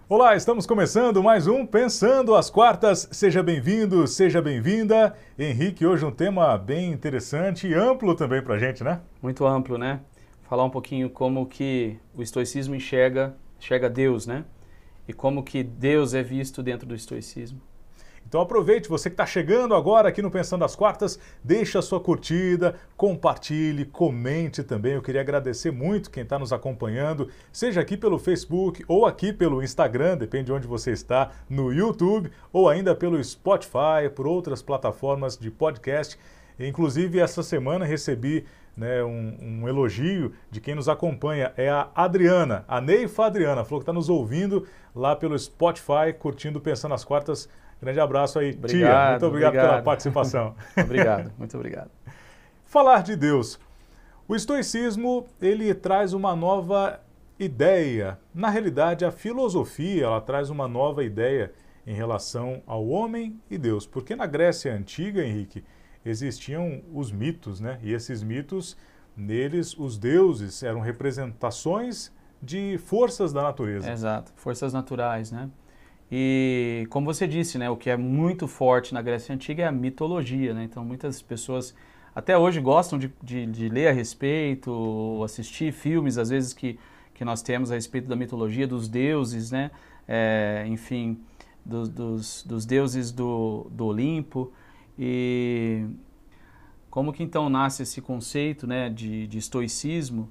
Olá, estamos começando mais um Pensando às Quartas. Seja bem-vindo, seja bem-vinda. Henrique, hoje um tema bem interessante e amplo também para a gente, né? Muito amplo, né? Falar um pouquinho como que o estoicismo enxerga Deus, né? E como que Deus é visto dentro do estoicismo. Então aproveite, você que está chegando agora aqui no Pensando às Quartas, deixa a sua curtida, compartilhe, comente também. Eu queria agradecer muito quem está nos acompanhando, seja aqui pelo Facebook ou aqui pelo Instagram, depende de onde você está, no YouTube ou ainda pelo Spotify, por outras plataformas de podcast. Inclusive, essa semana recebi um elogio de quem nos acompanha, é a Adriana, a Neifa Adriana, falou que está nos ouvindo lá pelo Spotify, curtindo Pensando às Quartas. Grande abraço aí, tia. Muito obrigado pela participação. Obrigado, muito obrigado. Falar de Deus. O estoicismo, ele traz uma nova ideia. Na realidade, a filosofia, ela traz uma nova ideia em relação ao homem e Deus. Porque na Grécia Antiga, Henrique, existiam os mitos, né? E esses mitos, neles, os deuses eram representações de forças da natureza. Exato, forças naturais, né? E como você disse, né, o que é muito forte na Grécia Antiga é a mitologia, né? Então muitas pessoas até hoje gostam de ler a respeito, ou assistir filmes, às vezes, que nós temos a respeito da mitologia, dos deuses, né? Enfim, dos deuses do Olimpo. E como que então nasce esse conceito, né, de estoicismo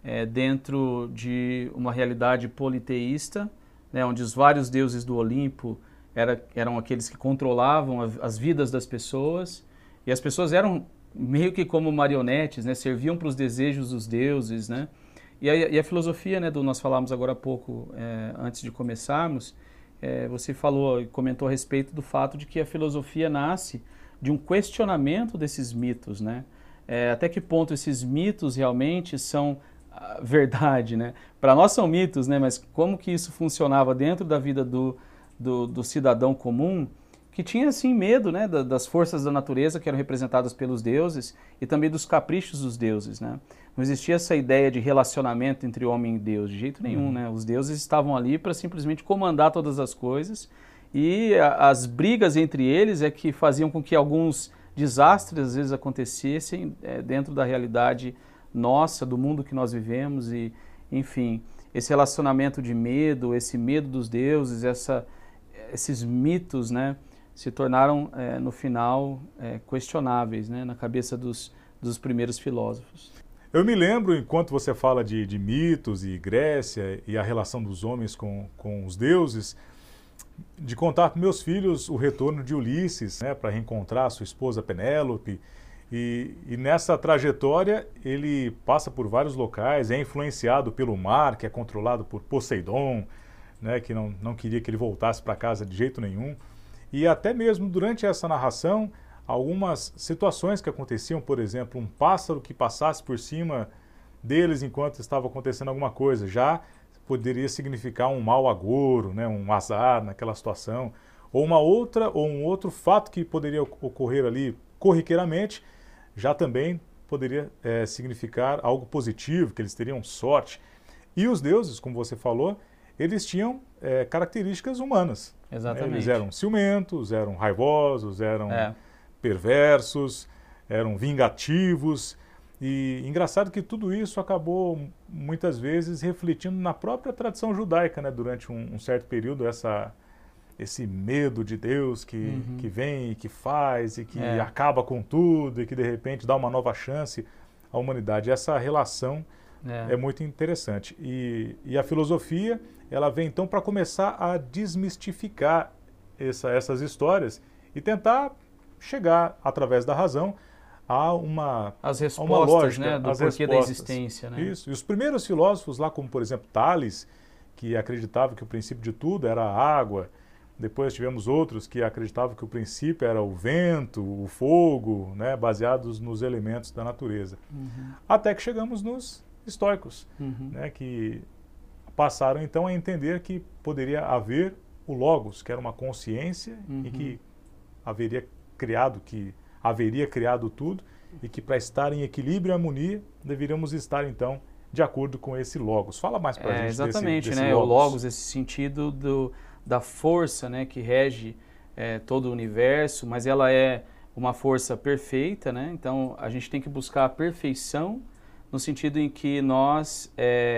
dentro de uma realidade politeísta, né, onde os vários deuses do Olimpo eram aqueles que controlavam as vidas das pessoas, e as pessoas eram meio que como marionetes, né, serviam para os desejos dos deuses, né? E a filosofia, né, nós falamos agora há pouco, antes de começarmos, você falou e comentou a respeito do fato de que a filosofia nasce de um questionamento desses mitos, né? Até que ponto esses mitos realmente são verdade, né? Para nós são mitos, né? Mas como que isso funcionava dentro da vida do cidadão comum, que tinha assim medo, né, das forças da natureza que eram representadas pelos deuses e também dos caprichos dos deuses, né? Não existia essa ideia de relacionamento entre homem e Deus de jeito nenhum, né? Os deuses estavam ali para simplesmente comandar todas as coisas, e as brigas entre eles é que faziam com que alguns desastres às vezes acontecessem dentro da realidade nossa, do mundo que nós vivemos. E, enfim, esse relacionamento de medo, esse medo dos deuses, esses mitos, né, se tornaram, no final, questionáveis, né, na cabeça dos primeiros filósofos. Eu me lembro, enquanto você fala de mitos e Grécia e a relação dos homens com os deuses, de contar para meus filhos o retorno de Ulisses, né, para reencontrar sua esposa Penélope. E nessa trajetória ele passa por vários locais, é influenciado pelo mar, que é controlado por Poseidon, né, que não queria que ele voltasse para casa de jeito nenhum. E até mesmo durante essa narração, algumas situações que aconteciam, por exemplo, um pássaro que passasse por cima deles enquanto estava acontecendo alguma coisa, já poderia significar um mau agouro, né, um azar naquela situação, ou um outro fato que poderia ocorrer ali corriqueiramente, já também poderia significar algo positivo, que eles teriam sorte. E os deuses, como você falou, eles tinham características humanas. Exatamente. Eles eram ciumentos, eram raivosos, eram perversos, eram vingativos. E engraçado que tudo isso acabou, muitas vezes, refletindo na própria tradição judaica, né? Durante um certo período, esse medo de Deus que vem e que faz e que acaba com tudo e que de repente dá uma nova chance à humanidade. Essa relação é muito interessante. E a filosofia, ela vem então para começar a desmistificar essas histórias e tentar chegar, através da razão, as respostas, a uma lógica, né, do porquê respostas. da existência, né? Isso. E os primeiros filósofos lá, como por exemplo Tales, que acreditava que o princípio de tudo era a água. Depois tivemos outros que acreditavam que o princípio era o vento, o fogo, né, baseados nos elementos da natureza. Até que chegamos nos estoicos, né, que passaram então a entender que poderia haver o logos, que era uma consciência e que haveria criado tudo, e que para estar em equilíbrio e harmonia deveríamos estar então de acordo com esse logos. Fala mais para a gente exatamente, desse né? logos. O logos, esse sentido da força, né, que rege todo o universo, mas ela é uma força perfeita, né? Então a gente tem que buscar a perfeição no sentido em que nós,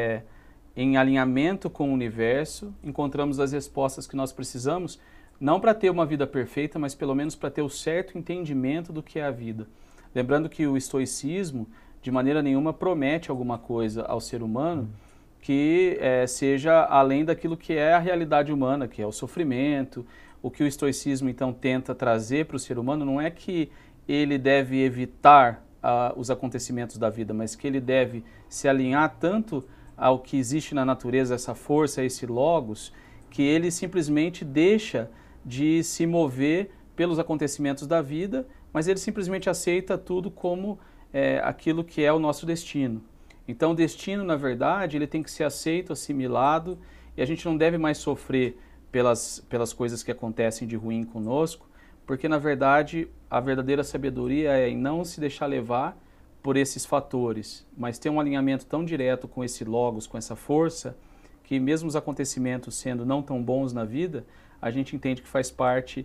em alinhamento com o universo, encontramos as respostas que nós precisamos, não para ter uma vida perfeita, mas pelo menos para ter o certo entendimento do que é a vida. Lembrando que o estoicismo, de maneira nenhuma, promete alguma coisa ao ser humano que seja além daquilo que é a realidade humana, que é o sofrimento. O que o estoicismo, então, tenta trazer para o ser humano não é que ele deve evitar os acontecimentos da vida, mas que ele deve se alinhar tanto ao que existe na natureza, essa força, esse logos, que ele simplesmente deixa de se mover pelos acontecimentos da vida, mas ele simplesmente aceita tudo como aquilo que é o nosso destino. Então o destino, na verdade, ele tem que ser aceito, assimilado, e a gente não deve mais sofrer pelas coisas que acontecem de ruim conosco, porque na verdade a verdadeira sabedoria é em não se deixar levar por esses fatores, mas ter um alinhamento tão direto com esse logos, com essa força, que mesmo os acontecimentos sendo não tão bons na vida, a gente entende que faz parte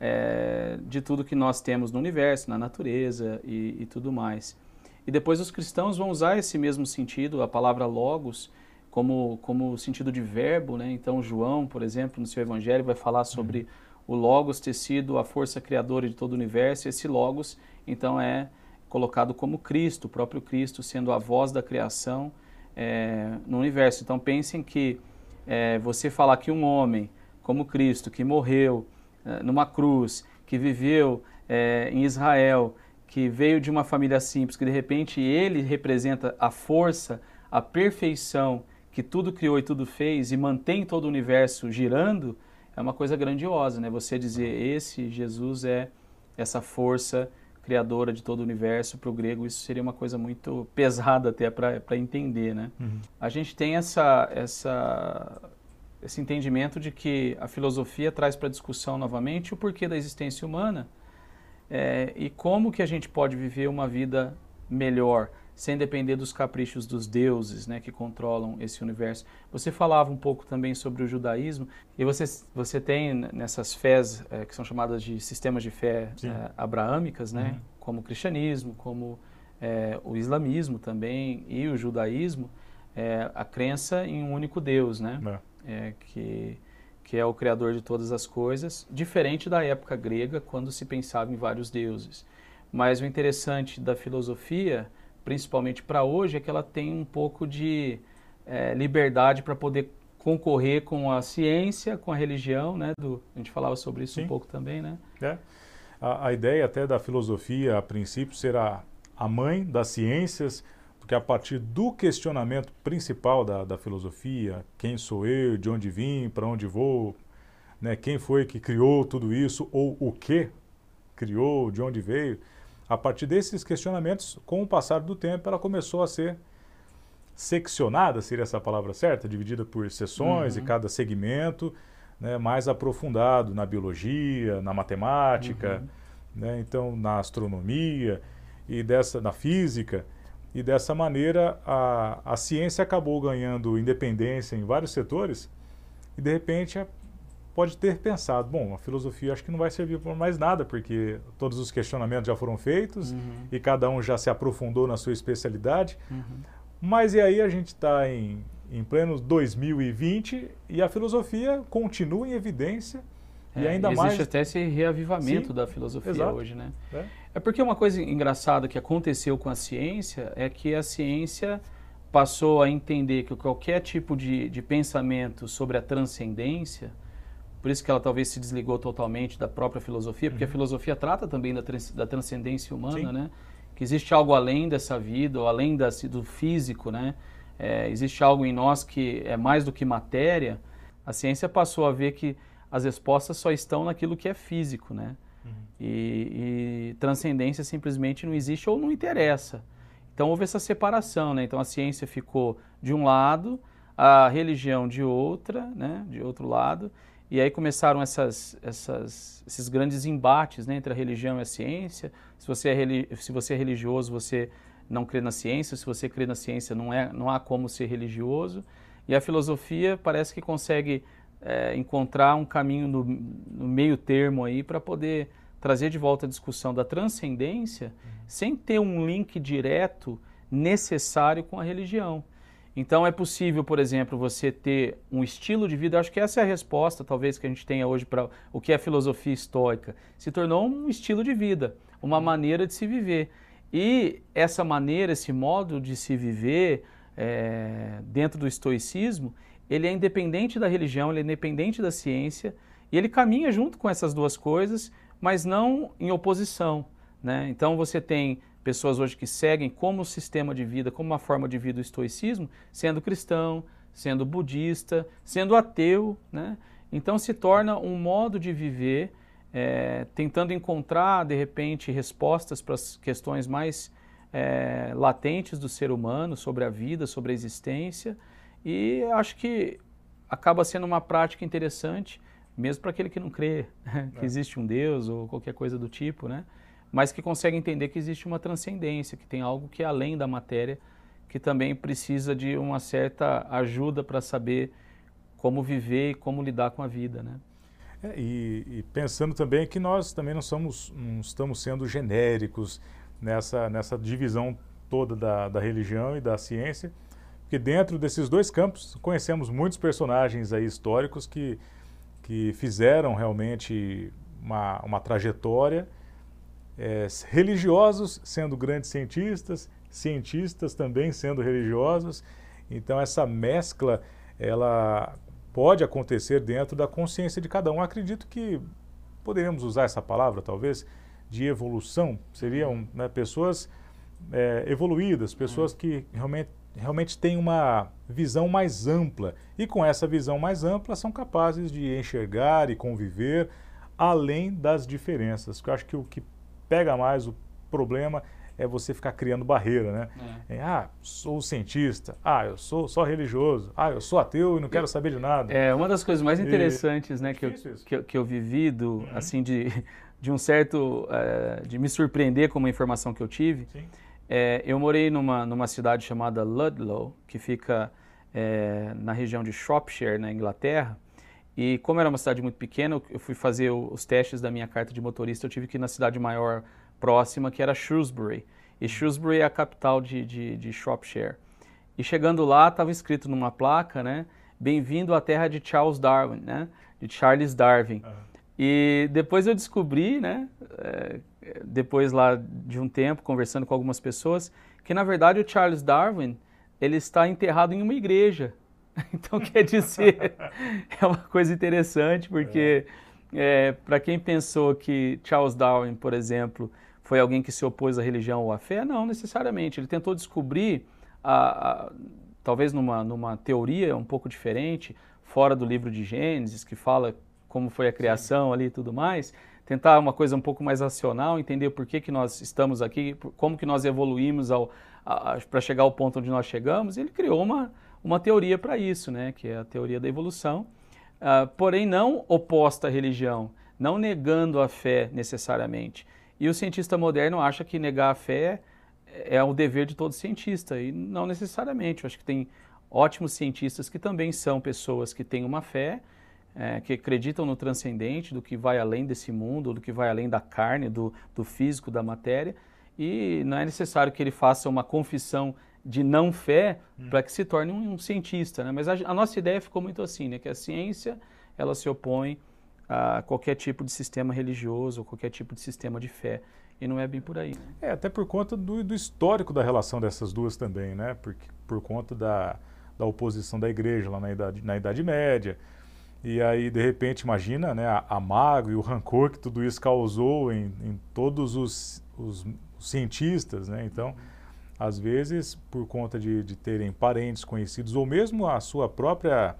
de tudo que nós temos no universo, na natureza e tudo mais. E depois os cristãos vão usar esse mesmo sentido, a palavra logos, como sentido de verbo, né? Então João, por exemplo, no seu evangelho vai falar sobre o logos ter sido a força criadora de todo o universo, e esse logos, então, é colocado como Cristo, o próprio Cristo sendo a voz da criação no universo. Então pensem que você falar que um homem como Cristo, que morreu numa cruz, que viveu em Israel, que veio de uma família simples, que de repente ele representa a força, a perfeição que tudo criou e tudo fez e mantém todo o universo girando, é uma coisa grandiosa, né? Você dizer, esse Jesus é essa força criadora de todo o universo. Para o grego isso seria uma coisa muito pesada até para entender, né? A gente tem esse entendimento de que a filosofia traz para discussão novamente o porquê da existência humana, e como que a gente pode viver uma vida melhor, sem depender dos caprichos dos deuses, né, que controlam esse universo. Você falava um pouco também sobre o judaísmo, e você tem nessas fés que são chamadas de sistemas de fé abraâmicas, né, como o cristianismo, como o islamismo também, e o judaísmo, a crença em um único Deus, né, que é o criador de todas as coisas, diferente da época grega, quando se pensava em vários deuses. Mas o interessante da filosofia, principalmente para hoje, é que ela tem um pouco de liberdade para poder concorrer com a ciência, com a religião, né? A gente falava sobre isso um pouco também, né? A ideia até da filosofia, a princípio, será a mãe das ciências, porque a partir do questionamento principal da filosofia, quem sou eu, de onde vim, para onde vou, né? Quem foi que criou tudo isso, ou o que criou, de onde veio, a partir desses questionamentos, com o passar do tempo, ela começou a ser seccionada, seria essa a palavra certa, dividida por seções, e cada segmento, né, mais aprofundado na biologia, na matemática, né, então na astronomia, na física, e dessa maneira a ciência acabou ganhando independência em vários setores, e de repente pode ter pensado, bom, a filosofia acho que não vai servir para mais nada, porque todos os questionamentos já foram feitos e cada um já se aprofundou na sua especialidade. Mas e aí a gente está em pleno 2020 e a filosofia continua em evidência e ainda existe mais... Existe até esse reavivamento da filosofia hoje, né? É porque uma coisa engraçada que aconteceu com a ciência é que a ciência passou a entender que qualquer tipo de pensamento sobre a transcendência, por isso que ela talvez se desligou totalmente da própria filosofia, porque a filosofia trata também da transcendência humana, né? Que existe algo além dessa vida, ou além do físico, né? Existe algo em nós que é mais do que matéria. A ciência passou a ver que as respostas só estão naquilo que é físico, né? E transcendência simplesmente não existe ou não interessa. Então houve essa separação, né? Então a ciência ficou de um lado, a religião de outra, né? De outro lado. E aí começaram esses grandes embates, né, entre a religião e a ciência. Se você é religioso, você não crê na ciência. Se você crê na ciência, não há como ser religioso. E a filosofia parece que consegue encontrar um caminho no meio termo aí para poder trazer de volta a discussão da transcendência sem ter um link direto necessário com a religião. Então é possível, por exemplo, você ter um estilo de vida, acho que essa é a resposta talvez que a gente tenha hoje para o que é a filosofia estoica. Se tornou um estilo de vida, uma maneira de se viver. E essa maneira, esse modo de se viver dentro do estoicismo, ele é independente da religião, ele é independente da ciência, e ele caminha junto com essas duas coisas, mas não em oposição, né? Então você tem pessoas hoje que seguem como sistema de vida, como uma forma de vida o estoicismo, sendo cristão, sendo budista, sendo ateu, né? Então se torna um modo de viver, tentando encontrar, de repente, respostas para as questões mais latentes do ser humano, sobre a vida, sobre a existência, e acho que acaba sendo uma prática interessante, mesmo para aquele que não crê que existe um Deus ou qualquer coisa do tipo, né? Mas que consegue entender que existe uma transcendência, que tem algo que é além da matéria, que também precisa de uma certa ajuda para saber como viver e como lidar com a vida, né? E pensando também que nós também não estamos sendo genéricos nessa divisão toda da religião e da ciência, porque dentro desses dois campos conhecemos muitos personagens aí históricos que fizeram realmente uma trajetória, religiosos sendo grandes cientistas, cientistas também sendo religiosos. Então essa mescla, ela pode acontecer dentro da consciência de cada um. Acredito que poderíamos usar essa palavra, talvez, de evolução. Seriam, né, pessoas evoluídas, pessoas que realmente têm uma visão mais ampla. E com essa visão mais ampla são capazes de enxergar e conviver além das diferenças. Eu acho que o que pega mais o problema é você ficar criando barreira, né? Sou cientista, eu sou só religioso, eu sou ateu e não quero saber de nada. Uma das coisas mais interessantes, né, que eu vivi assim, de um certo, de me surpreender com uma informação que eu tive. Sim. Eu morei numa cidade chamada Ludlow, que fica na região de Shropshire, na Inglaterra, e como era uma cidade muito pequena, eu fui fazer os testes da minha carta de motorista, eu tive que ir na cidade maior próxima, que era Shrewsbury. E Shrewsbury é a capital de Shropshire. E chegando lá, estava escrito numa placa, né? Bem-vindo à terra de Charles Darwin, né? De Charles Darwin. Uhum. E depois eu descobri, né? Depois lá de um tempo, conversando com algumas pessoas, que na verdade o Charles Darwin, ele está enterrado em uma igreja. Então quer dizer, é uma coisa interessante, porque para quem pensou que Charles Darwin, por exemplo, foi alguém que se opôs à religião ou à fé, não necessariamente. Ele tentou descobrir, talvez numa teoria um pouco diferente, fora do livro de Gênesis, que fala como foi a criação ali e tudo mais, tentar uma coisa um pouco mais racional, entender por que nós estamos aqui, como que nós evoluímos para chegar ao ponto onde nós chegamos. Ele criou uma teoria para isso, né, que é a teoria da evolução, porém não oposta à religião, não negando a fé necessariamente. E o cientista moderno acha que negar a fé é o dever de todo cientista, e não necessariamente. Eu acho que tem ótimos cientistas que também são pessoas que têm uma fé, que acreditam no transcendente, do que vai além desse mundo, do que vai além da carne, do físico, da matéria, e não é necessário que ele faça uma confissão de não fé para que se torne um cientista, né? Mas a nossa ideia ficou muito assim, né? Que a ciência, ela se opõe a qualquer tipo de sistema religioso ou qualquer tipo de sistema de fé, e não é bem por aí. Até por conta do histórico da relação dessas duas também, né? Por conta da oposição da igreja lá na Idade Média. E aí, de repente, imagina, né, a mágoa e o rancor que tudo isso causou em todos os cientistas, né? Então, às vezes, por conta de terem parentes conhecidos, ou mesmo a sua própria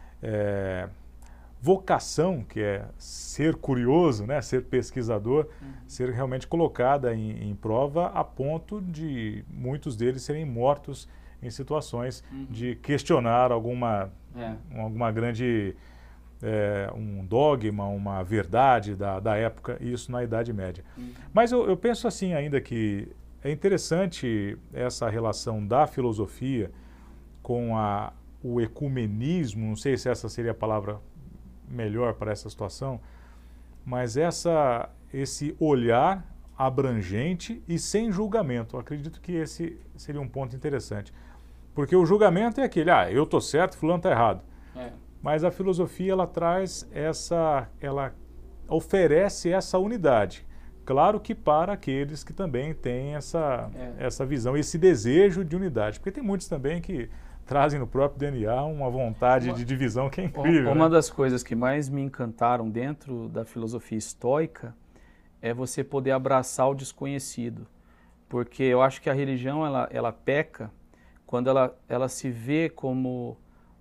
vocação, que é ser curioso, né, ser pesquisador, ser realmente colocada em prova a ponto de muitos deles serem mortos em situações de questionar alguma grande... um dogma, uma verdade da época, isso na Idade Média. Mas eu penso assim ainda que é interessante essa relação da filosofia com o ecumenismo, não sei se essa seria a palavra melhor para essa situação, mas esse olhar abrangente e sem julgamento. Eu acredito que esse seria um ponto interessante. Porque o julgamento é aquele, eu estou certo, fulano está errado. Mas a filosofia, ela traz ela oferece essa unidade. Claro que para aqueles que também têm essa visão, esse desejo de unidade. Porque tem muitos também que trazem no próprio DNA uma vontade de divisão que é incrível. Uma das coisas que mais me encantaram dentro da filosofia estoica é você poder abraçar o desconhecido. Porque eu acho que a religião, ela peca quando ela se vê como,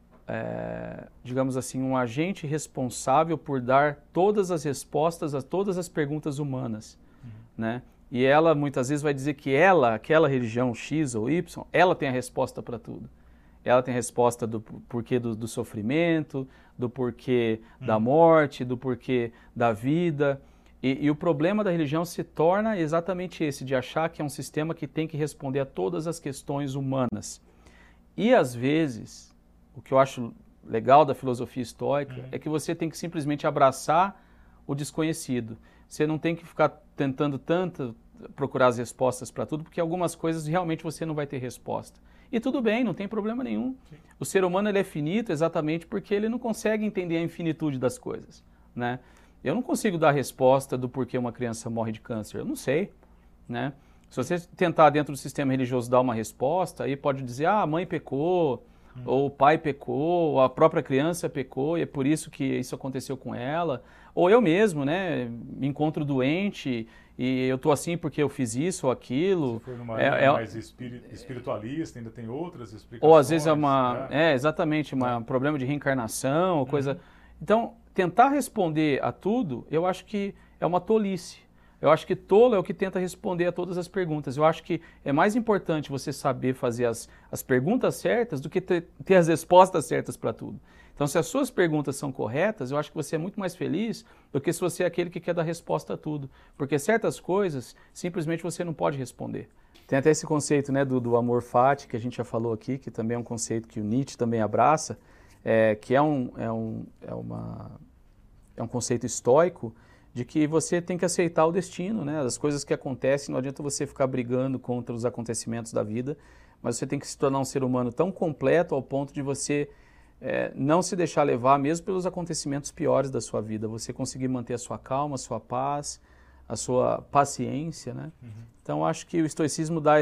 digamos assim, um agente responsável por dar todas as respostas a todas as perguntas humanas, né? E ela muitas vezes vai dizer que aquela religião X ou Y, ela tem a resposta para tudo. Ela tem a resposta do porquê do sofrimento, do porquê da morte, do porquê da vida. E o problema da religião se torna exatamente esse, de achar que é um sistema que tem que responder a todas as questões humanas. E às vezes, o que eu acho legal da filosofia estoica é que você tem que simplesmente abraçar o desconhecido. Você não tem que ficar tentando tanto procurar as respostas para tudo, porque algumas coisas realmente você não vai ter resposta. E tudo bem, não tem problema nenhum. Sim. O ser humano ele é finito exatamente porque ele não consegue entender a infinitude das coisas, né? Eu não consigo dar a resposta do porquê uma criança morre de câncer, eu não sei, né? Se você tentar dentro do sistema religioso dar uma resposta, aí pode dizer, a mãe pecou, ou o pai pecou, ou a própria criança pecou, e é por isso que isso aconteceu com ela. Ou eu mesmo, né, me encontro doente e eu estou assim porque eu fiz isso ou aquilo. Se for numa linha mais espiritualista, ainda tem outras explicações. Ou às vezes exatamente, um problema de reencarnação, ou coisa... Então, tentar responder a tudo, eu acho que é uma tolice. Eu acho que tolo é o que tenta responder a todas as perguntas. Eu acho que é mais importante você saber fazer as perguntas certas do que ter as respostas certas para tudo. Então, se as suas perguntas são corretas, eu acho que você é muito mais feliz do que se você é aquele que quer dar resposta a tudo. Porque certas coisas, simplesmente você não pode responder. Tem até esse conceito, né, do amor fati, que a gente já falou aqui, que também é um conceito que o Nietzsche também abraça, que é um conceito estoico, de que você tem que aceitar o destino, né? As coisas que acontecem, não adianta você ficar brigando contra os acontecimentos da vida, mas você tem que se tornar um ser humano tão completo ao ponto de você não se deixar levar mesmo pelos acontecimentos piores da sua vida, você conseguir manter a sua calma, a sua paz, a sua paciência, né? Então, acho que o estoicismo dá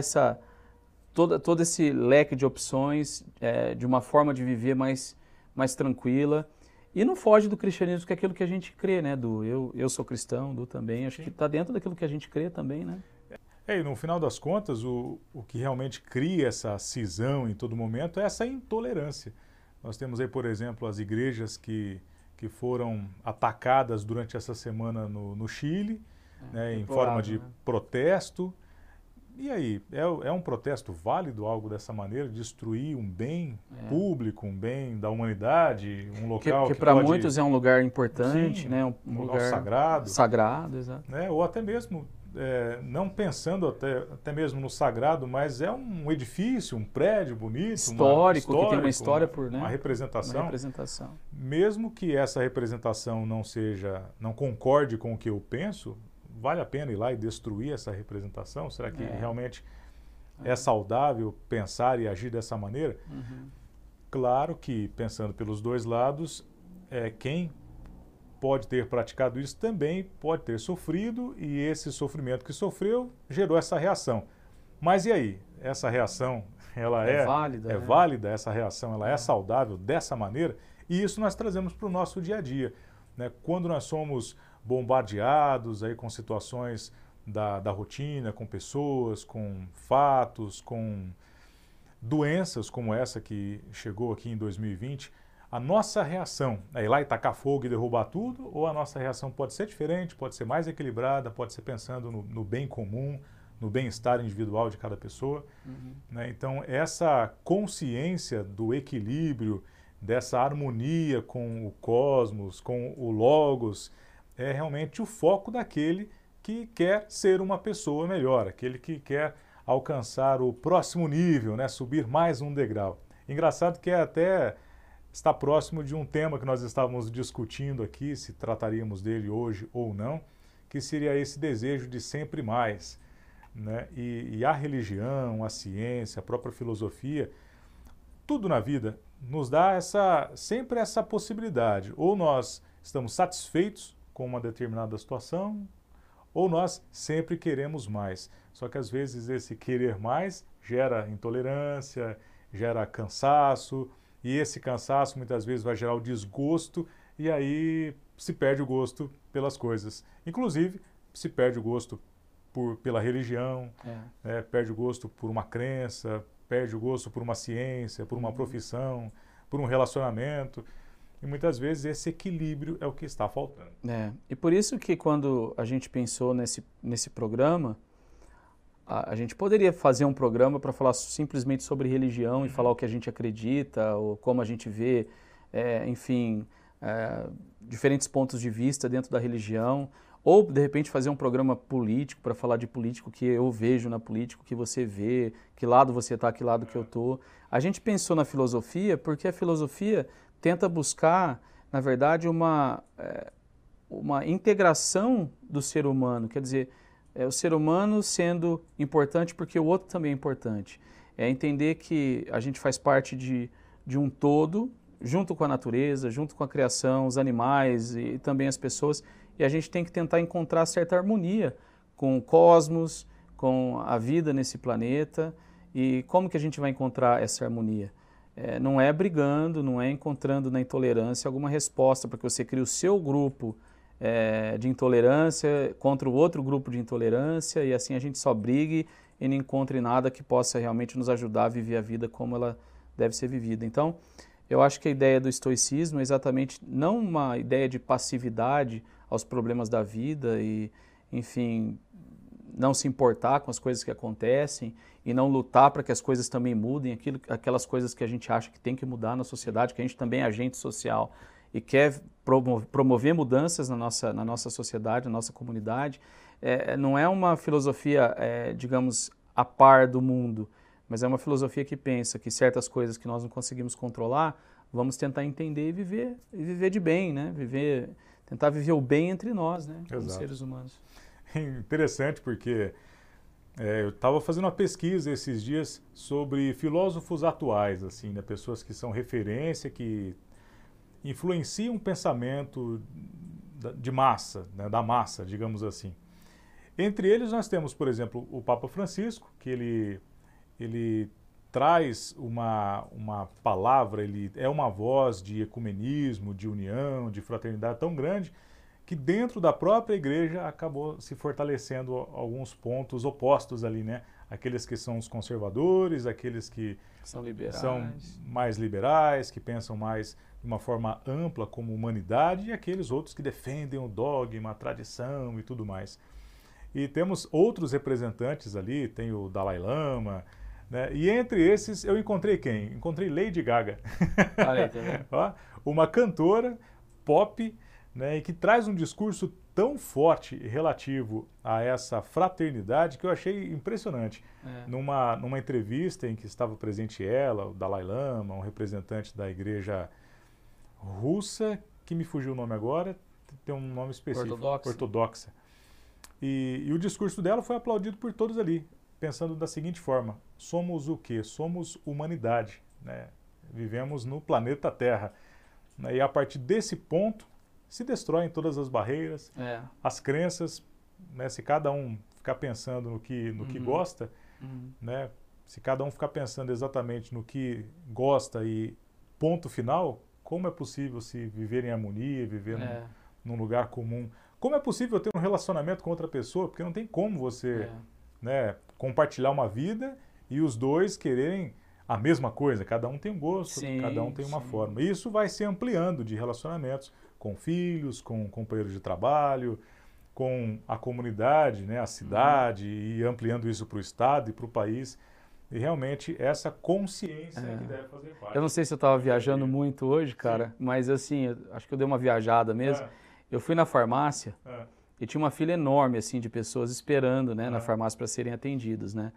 todo esse leque de opções, de uma forma de viver mais tranquila. E não foge do cristianismo, que é aquilo que a gente crê, né, Du? Eu sou cristão, Du também, acho que está dentro daquilo que a gente crê também, né? E no final das contas, o que realmente cria essa cisão em todo momento é essa intolerância. Nós temos aí, por exemplo, as igrejas que foram atacadas durante essa semana no Chile, né, em forma de protesto. E aí, é um protesto válido, algo dessa maneira, destruir um bem público, um bem da humanidade, um local que para muitos é um lugar importante, sim, né? Um lugar sagrado. Sagrado, exato. Né? Ou até mesmo, não pensando até mesmo no sagrado, mas é um edifício, um prédio bonito, histórico, que tem uma história uma representação. Uma representação. Mesmo que essa representação não concorde com o que eu penso, vale a pena ir lá e destruir essa representação? Será que realmente é saudável pensar e agir dessa maneira? Claro que, pensando pelos dois lados, quem pode ter praticado isso também pode ter sofrido, e esse sofrimento que sofreu gerou essa reação. Mas e aí? Essa reação, ela é válida? É válida essa reação? Ela é saudável dessa maneira? E isso nós trazemos para o nosso dia a dia, né? Quando nós somos bombardeados aí com situações da rotina, com pessoas, com fatos, com doenças como essa que chegou aqui em 2020, a nossa reação é ir lá e tacar fogo e derrubar tudo, ou a nossa reação pode ser diferente, pode ser mais equilibrada, pode ser pensando no bem comum, no bem-estar individual de cada pessoa, né? Então, essa consciência do equilíbrio, dessa harmonia com o cosmos, com o logos, é realmente o foco daquele que quer ser uma pessoa melhor, aquele que quer alcançar o próximo nível, né? Subir mais um degrau. Engraçado que até está próximo de um tema que nós estávamos discutindo aqui, se trataríamos dele hoje ou não, que seria esse desejo de sempre mais, né? E a religião, a ciência, a própria filosofia, tudo na vida nos dá sempre essa possibilidade. Ou nós estamos satisfeitos com uma determinada situação, ou nós sempre queremos mais. Só que às vezes esse querer mais gera intolerância, gera cansaço, e esse cansaço muitas vezes vai gerar o desgosto, e aí se perde o gosto pelas coisas. Inclusive, se perde o gosto pela religião, perde o gosto por uma crença, perde o gosto por uma ciência, por uma profissão, por um relacionamento. E muitas vezes esse equilíbrio é o que está faltando. E por isso que quando a gente pensou nesse programa, a gente poderia fazer um programa para falar simplesmente sobre religião e falar o que a gente acredita, ou como a gente vê, enfim, diferentes pontos de vista dentro da religião, ou de repente fazer um programa político para falar de político que eu vejo na política, que você vê, que lado você está, que lado que eu estou. A gente pensou na filosofia porque a filosofia tenta buscar, na verdade, uma integração do ser humano, quer dizer, o ser humano sendo importante porque o outro também é importante. É entender que a gente faz parte de um todo, junto com a natureza, junto com a criação, os animais e também as pessoas, e a gente tem que tentar encontrar certa harmonia com o cosmos, com a vida nesse planeta. E como que a gente vai encontrar essa harmonia? Não é brigando, não é encontrando na intolerância alguma resposta, porque você cria o seu grupo de intolerância contra o outro grupo de intolerância, e assim a gente só brigue e não encontre nada que possa realmente nos ajudar a viver a vida como ela deve ser vivida. Então, eu acho que a ideia do estoicismo é exatamente não uma ideia de passividade aos problemas da vida e, enfim, não se importar com as coisas que acontecem e não lutar para que as coisas também mudem, aquelas coisas que a gente acha que tem que mudar na sociedade, que a gente também é agente social e quer promover mudanças na nossa sociedade, na nossa comunidade. Não é uma filosofia, digamos, a par do mundo, mas é uma filosofia que pensa que certas coisas que nós não conseguimos controlar, vamos tentar entender e viver de bem, né? Tentar viver o bem entre nós, né? Como seres humanos. Interessante porque eu estava fazendo uma pesquisa esses dias sobre filósofos atuais, assim, né? Pessoas que são referência, que influenciam o pensamento de massa, né? Da massa, digamos assim. Entre eles nós temos, por exemplo, o Papa Francisco, que ele traz uma palavra, ele é uma voz de ecumenismo, de união, de fraternidade tão grande que dentro da própria igreja acabou se fortalecendo alguns pontos opostos ali, né? Aqueles que são os conservadores, aqueles que são mais liberais, que pensam mais de uma forma ampla como humanidade, e aqueles outros que defendem o dogma, a tradição e tudo mais. E temos outros representantes ali, tem o Dalai Lama, né? E entre esses eu encontrei quem? Encontrei Lady Gaga. Olha aí, tá vendo? Uma cantora pop, né, e que traz um discurso tão forte relativo a essa fraternidade que eu achei impressionante. Numa entrevista em que estava presente ela, o Dalai Lama, um representante da igreja russa, que me fugiu o nome agora, tem um nome específico. Ortodoxa. E o discurso dela foi aplaudido por todos ali, pensando da seguinte forma: somos o quê? Somos humanidade, né? Vivemos no planeta Terra. E a partir desse ponto se destroem todas as barreiras, as crenças, né? Se cada um ficar pensando no que gosta, né? Se cada um ficar pensando exatamente no que gosta e ponto final, como é possível se viver em harmonia, viver num lugar comum? Como é possível ter um relacionamento com outra pessoa? Porque não tem como você né, compartilhar uma vida e os dois quererem a mesma coisa. Cada um tem um gosto, cada um tem uma forma. E isso vai se ampliando de relacionamentos com filhos, com companheiros de trabalho, com a comunidade, né, a cidade, e ampliando isso para o estado e para o país. E realmente essa consciência que deve fazer parte. Eu não sei se eu estava viajando muito hoje, cara, mas assim, acho que eu dei uma viajada mesmo. Eu fui na farmácia e tinha uma fila enorme assim de pessoas esperando, né, na farmácia para serem atendidas, né?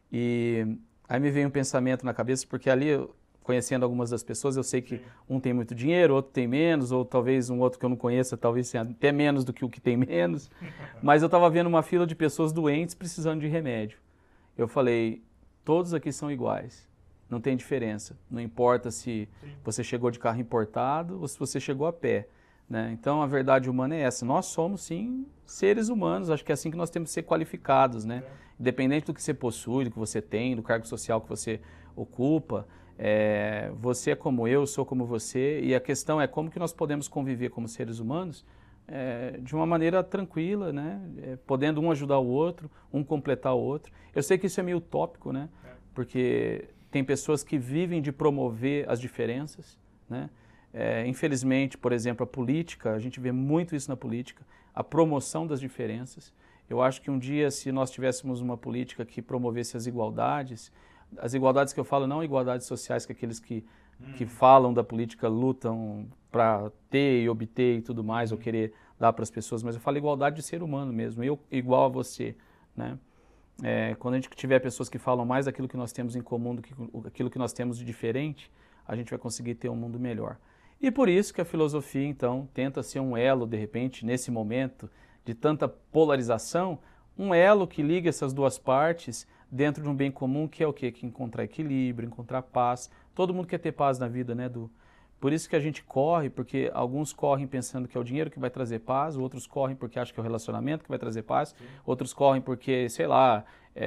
E aí me veio um pensamento na cabeça, porque ali, conhecendo algumas das pessoas, eu sei que um tem muito dinheiro, outro tem menos, ou talvez um outro que eu não conheça, talvez tenha até menos do que o que tem menos. Mas eu estava vendo uma fila de pessoas doentes precisando de remédio. Eu falei, todos aqui são iguais, não tem diferença. Não importa se você chegou de carro importado ou se você chegou a pé, né? Então a verdade humana é essa, nós somos sim seres humanos, acho que é assim que nós temos que ser qualificados, né? Independente do que você possui, do que você tem, do cargo social que você ocupa, você é como eu, sou como você, e a questão é como que nós podemos conviver como seres humanos de uma maneira tranquila, né? Podendo um ajudar o outro, um completar o outro. Eu sei que isso é meio utópico, né? Porque tem pessoas que vivem de promover as diferenças, né? Infelizmente, por exemplo, a política, a gente vê muito isso na política, a promoção das diferenças. Eu acho que um dia, se nós tivéssemos uma política que promovesse as igualdades que eu falo não igualdades sociais que aqueles que falam da política lutam para ter e obter e tudo mais, ou querer dar para as pessoas, mas eu falo igualdade de ser humano mesmo, eu igual a você, né? Quando a gente tiver pessoas que falam mais daquilo que nós temos em comum do que aquilo que nós temos de diferente, a gente vai conseguir ter um mundo melhor. E por isso que a filosofia, então, tenta ser um elo, de repente, nesse momento de tanta polarização, um elo que liga essas duas partes dentro de um bem comum, que é o quê? Que encontrar equilíbrio, encontrar paz. Todo mundo quer ter paz na vida, né, Edu? Por isso que a gente corre, porque alguns correm pensando que é o dinheiro que vai trazer paz, outros correm porque acham que é o relacionamento que vai trazer paz, sim, outros correm porque, sei lá,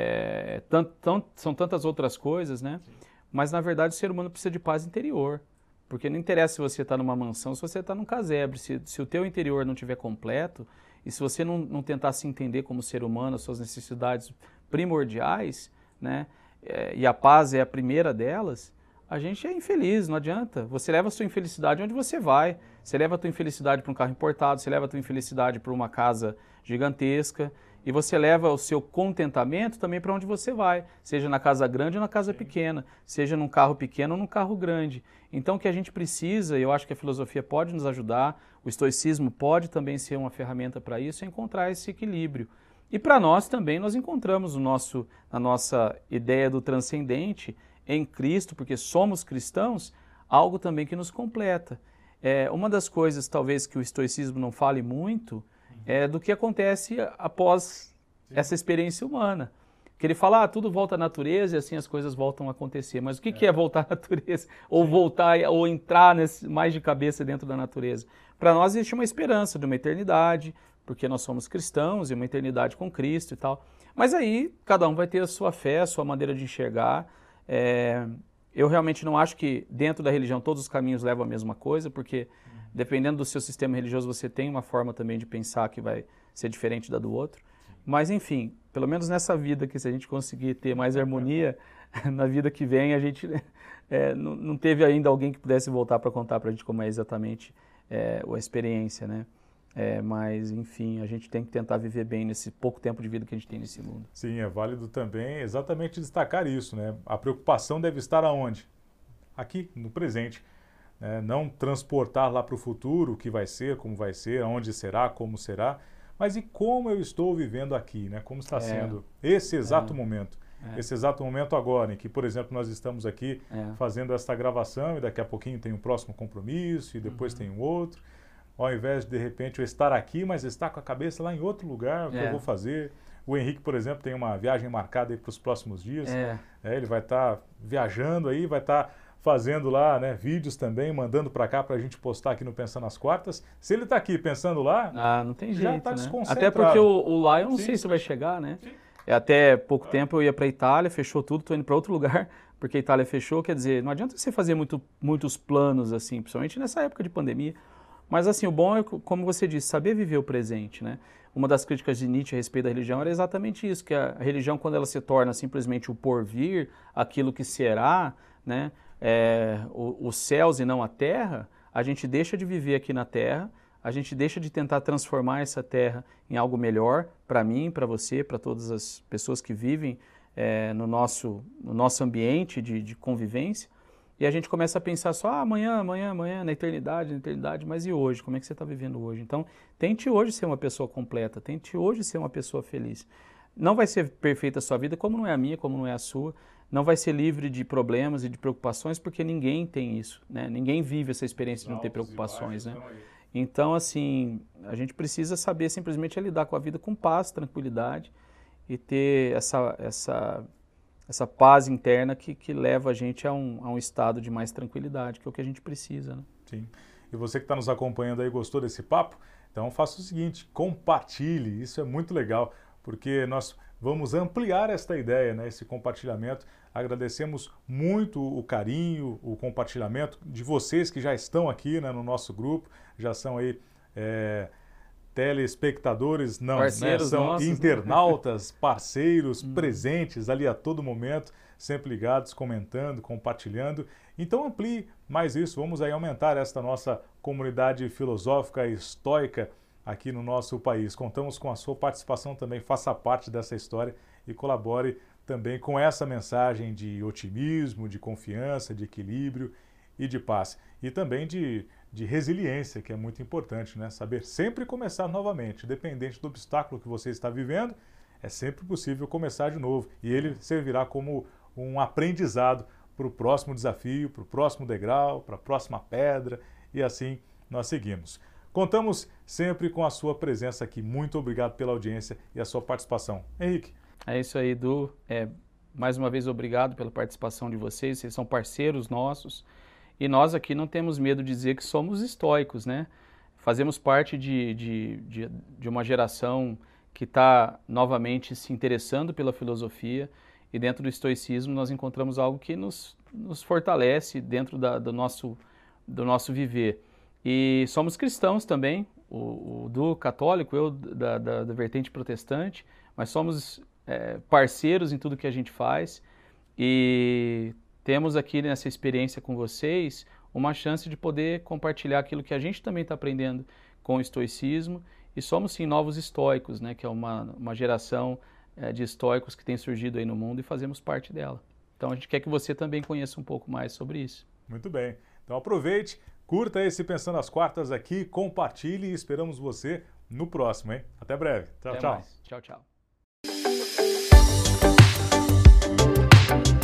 são tantas outras coisas, né? Sim. Mas, na verdade, o ser humano precisa de paz interior. Porque não interessa se você está numa mansão, se você está num casebre, se o teu interior não estiver completo, e se você não tentar se entender como ser humano, as suas necessidades primordiais, né, e a paz é a primeira delas, a gente é infeliz, não adianta. Você leva a sua infelicidade onde você vai. Você leva a tua infelicidade para um carro importado, você leva a tua infelicidade para uma casa gigantesca, e você leva o seu contentamento também para onde você vai, seja na casa grande ou na casa pequena, seja num carro pequeno ou num carro grande. Então o que a gente precisa, e eu acho que a filosofia pode nos ajudar, o estoicismo pode também ser uma ferramenta para isso, é encontrar esse equilíbrio. E para nós também, nós encontramos a nossa ideia do transcendente em Cristo, porque somos cristãos, algo também que nos completa. Uma das coisas, talvez, que o estoicismo não fale muito, é do que acontece após essa experiência humana. Que ele fala, tudo volta à natureza e assim as coisas voltam a acontecer. Mas o que é voltar à natureza? Ou voltar, ou entrar mais de cabeça dentro da natureza? Para nós existe uma esperança de uma eternidade, porque nós somos cristãos e uma eternidade com Cristo e tal. Mas aí cada um vai ter a sua fé, a sua maneira de enxergar. Eu realmente não acho que dentro da religião todos os caminhos levam a mesma coisa, porque dependendo do seu sistema religioso você tem uma forma também de pensar que vai ser diferente da do outro. Mas enfim, pelo menos nessa vida que se a gente conseguir ter mais harmonia, na vida que vem a gente não teve ainda alguém que pudesse voltar para contar para a gente como é exatamente a experiência, né? Mas, enfim, a gente tem que tentar viver bem nesse pouco tempo de vida que a gente tem nesse mundo. Sim, é válido também exatamente destacar isso, né? A preocupação deve estar aonde? Aqui, no presente. Não transportar lá para o futuro o que vai ser, como vai ser, aonde será, como será, mas e como eu estou vivendo aqui, né? Como está sendo esse exato momento. Esse exato momento agora, em que, por exemplo, nós estamos aqui fazendo esta gravação e daqui a pouquinho tem um próximo compromisso e depois tem um outro. Ao invés de repente eu estar aqui, mas estar com a cabeça lá em outro lugar, o que eu vou fazer. O Henrique, por exemplo, tem uma viagem marcada aí para os próximos dias. Ele vai estar viajando aí, vai estar fazendo lá, né, vídeos também, mandando para cá para a gente postar aqui no Pensando nas Quartas. Se ele está aqui pensando lá, não tem jeito, já está desconcentrado. Até porque o lá eu não sei se vai chegar, né? Até pouco tempo eu ia para a Itália, fechou tudo, estou indo para outro lugar, porque a Itália fechou, quer dizer, não adianta você fazer muitos planos assim, principalmente nessa época de pandemia. Mas assim, o bom é, como você disse, saber viver o presente, né? Uma das críticas de Nietzsche a respeito da religião era exatamente isso, que a religião, quando ela se torna simplesmente o porvir, aquilo que será, né? Os céus e não a terra, a gente deixa de viver aqui na terra, a gente deixa de tentar transformar essa terra em algo melhor para mim, para você, para todas as pessoas que vivem no nosso ambiente de convivência. E a gente começa a pensar só, amanhã, na eternidade, mas e hoje? Como é que você está vivendo hoje? Então, tente hoje ser uma pessoa completa, tente hoje ser uma pessoa feliz. Não vai ser perfeita a sua vida, como não é a minha, como não é a sua. Não vai ser livre de problemas e de preocupações, porque ninguém tem isso, né? Ninguém vive essa experiência de não ter preocupações, né? Então, assim, a gente precisa saber simplesmente lidar com a vida com paz, tranquilidade e ter essa paz interna que leva a gente a um estado de mais tranquilidade, que é o que a gente precisa, né? Sim. E você que está nos acompanhando aí, gostou desse papo? Então faça o seguinte, compartilhe, isso é muito legal, porque nós vamos ampliar esta ideia, né, esse compartilhamento. Agradecemos muito o carinho, o compartilhamento de vocês que já estão aqui, né, no nosso grupo, já são aí telespectadores, não, né, são nossos, internautas, parceiros, presentes ali a todo momento, sempre ligados, comentando, compartilhando. Então amplie mais isso, vamos aí aumentar esta nossa comunidade filosófica e estoica aqui no nosso país. Contamos com a sua participação também, faça parte dessa história e colabore também com essa mensagem de otimismo, de confiança, de equilíbrio e de paz. E também de resiliência, que é muito importante, né? Saber sempre começar novamente, independente do obstáculo que você está vivendo, é sempre possível começar de novo. E ele servirá como um aprendizado para o próximo desafio, para o próximo degrau, para a próxima pedra, e assim nós seguimos. Contamos sempre com a sua presença aqui. Muito obrigado pela audiência e a sua participação. Henrique. É isso aí, Edu. Mais uma vez, obrigado pela participação de vocês. Vocês são parceiros nossos. E nós aqui não temos medo de dizer que somos estoicos, né? Fazemos parte de uma geração que está novamente se interessando pela filosofia, e dentro do estoicismo nós encontramos algo que nos fortalece dentro do nosso viver. E somos cristãos também, o Du católico, eu da vertente protestante, mas somos parceiros em tudo que a gente faz, e temos aqui nessa experiência com vocês uma chance de poder compartilhar aquilo que a gente também está aprendendo com o estoicismo, e somos sim novos estoicos, né, que é uma geração de estoicos que tem surgido aí no mundo, e fazemos parte dela. Então a gente quer que você também conheça um pouco mais sobre isso. Muito bem. Então aproveite, curta esse Pensando às Quartas aqui, compartilhe e esperamos você no próximo, hein? Até breve. Tchau, Até tchau. mais. Tchau, tchau.